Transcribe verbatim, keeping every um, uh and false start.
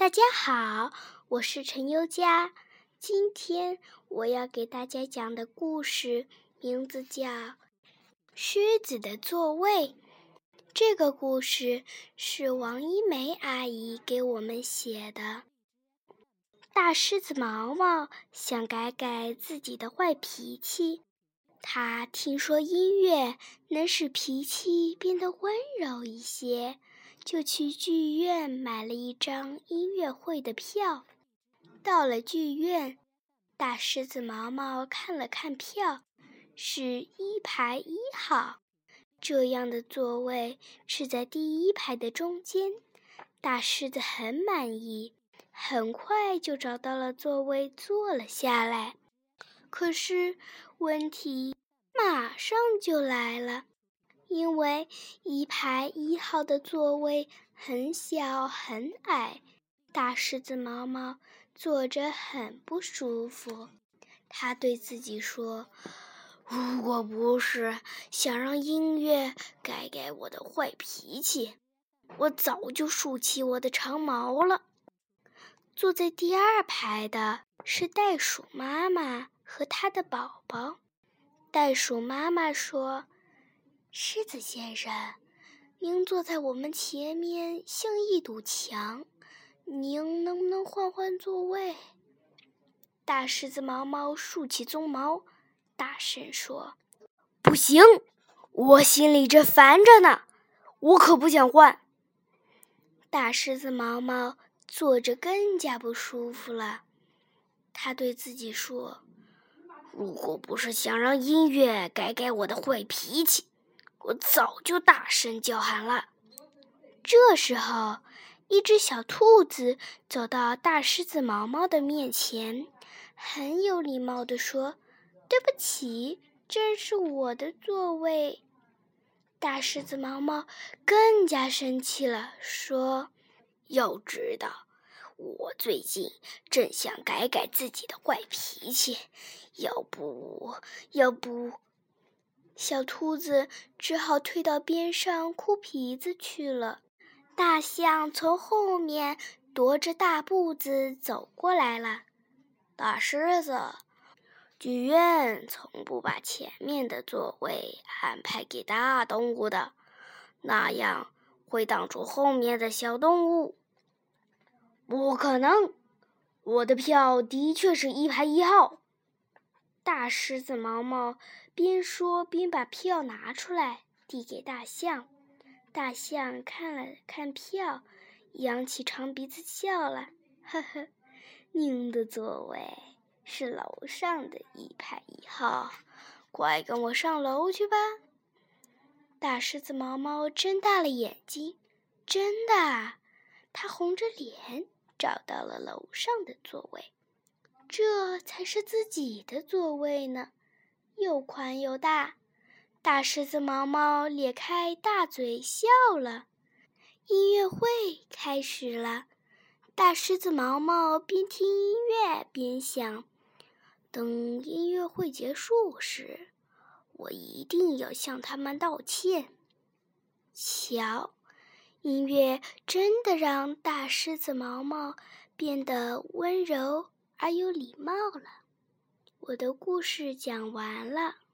大家好，我是陈宥嘉。今天我要给大家讲的故事名字叫《狮子的座位》。这个故事是王一梅阿姨给我们写的。大狮子毛毛想改改自己的坏脾气，他听说音乐能使脾气变得温柔一些，就去剧院买了一张音乐会的票。到了剧院，大狮子毛毛看了看票，是一排一号，这样的座位是在第一排的中间。大狮子很满意，很快就找到了座位坐了下来。可是问题马上就来了，因为一排一号的座位很小很矮，大狮子毛毛坐着很不舒服。他对自己说，如果不是想让音乐改改我的坏脾气，我早就竖起我的长毛了。坐在第二排的是袋鼠妈妈和她的宝宝。袋鼠妈妈说，狮子先生，您坐在我们前面像一堵墙，您能不能换换座位？大狮子毛毛竖起鬃毛，大声说，不行，我心里正烦着呢，我可不想换。大狮子毛毛坐着更加不舒服了，他对自己说，如果不是想让音乐改改我的坏脾气，我早就大声叫喊了。这时候，一只小兔子走到大狮子毛毛的面前，很有礼貌地说，对不起，这是我的座位。大狮子毛毛更加生气了，说，要知道，我最近正想改改自己的坏脾气，要不要不小兔子只好退到边上哭鼻子去了。大象从后面踱着大步子走过来了。大狮子，剧院从不把前面的座位安排给大动物的，那样会挡住后面的小动物。不可能，我的票的确是一排一号。大狮子毛毛边说边把票拿出来递给大象。大象看了看票，扬起长鼻子笑了，呵呵，您的座位是楼上的一排一号，快跟我上楼去吧。大狮子毛毛睁大了眼睛，真的，他红着脸找到了楼上的座位，这才是自己的座位呢，又宽又大。大狮子毛毛咧开大嘴笑了。音乐会开始了，大狮子毛毛边听音乐边想，等音乐会结束时，我一定要向他们道歉。瞧，音乐真的让大狮子毛毛变得温柔而有礼貌了。我的故事讲完了。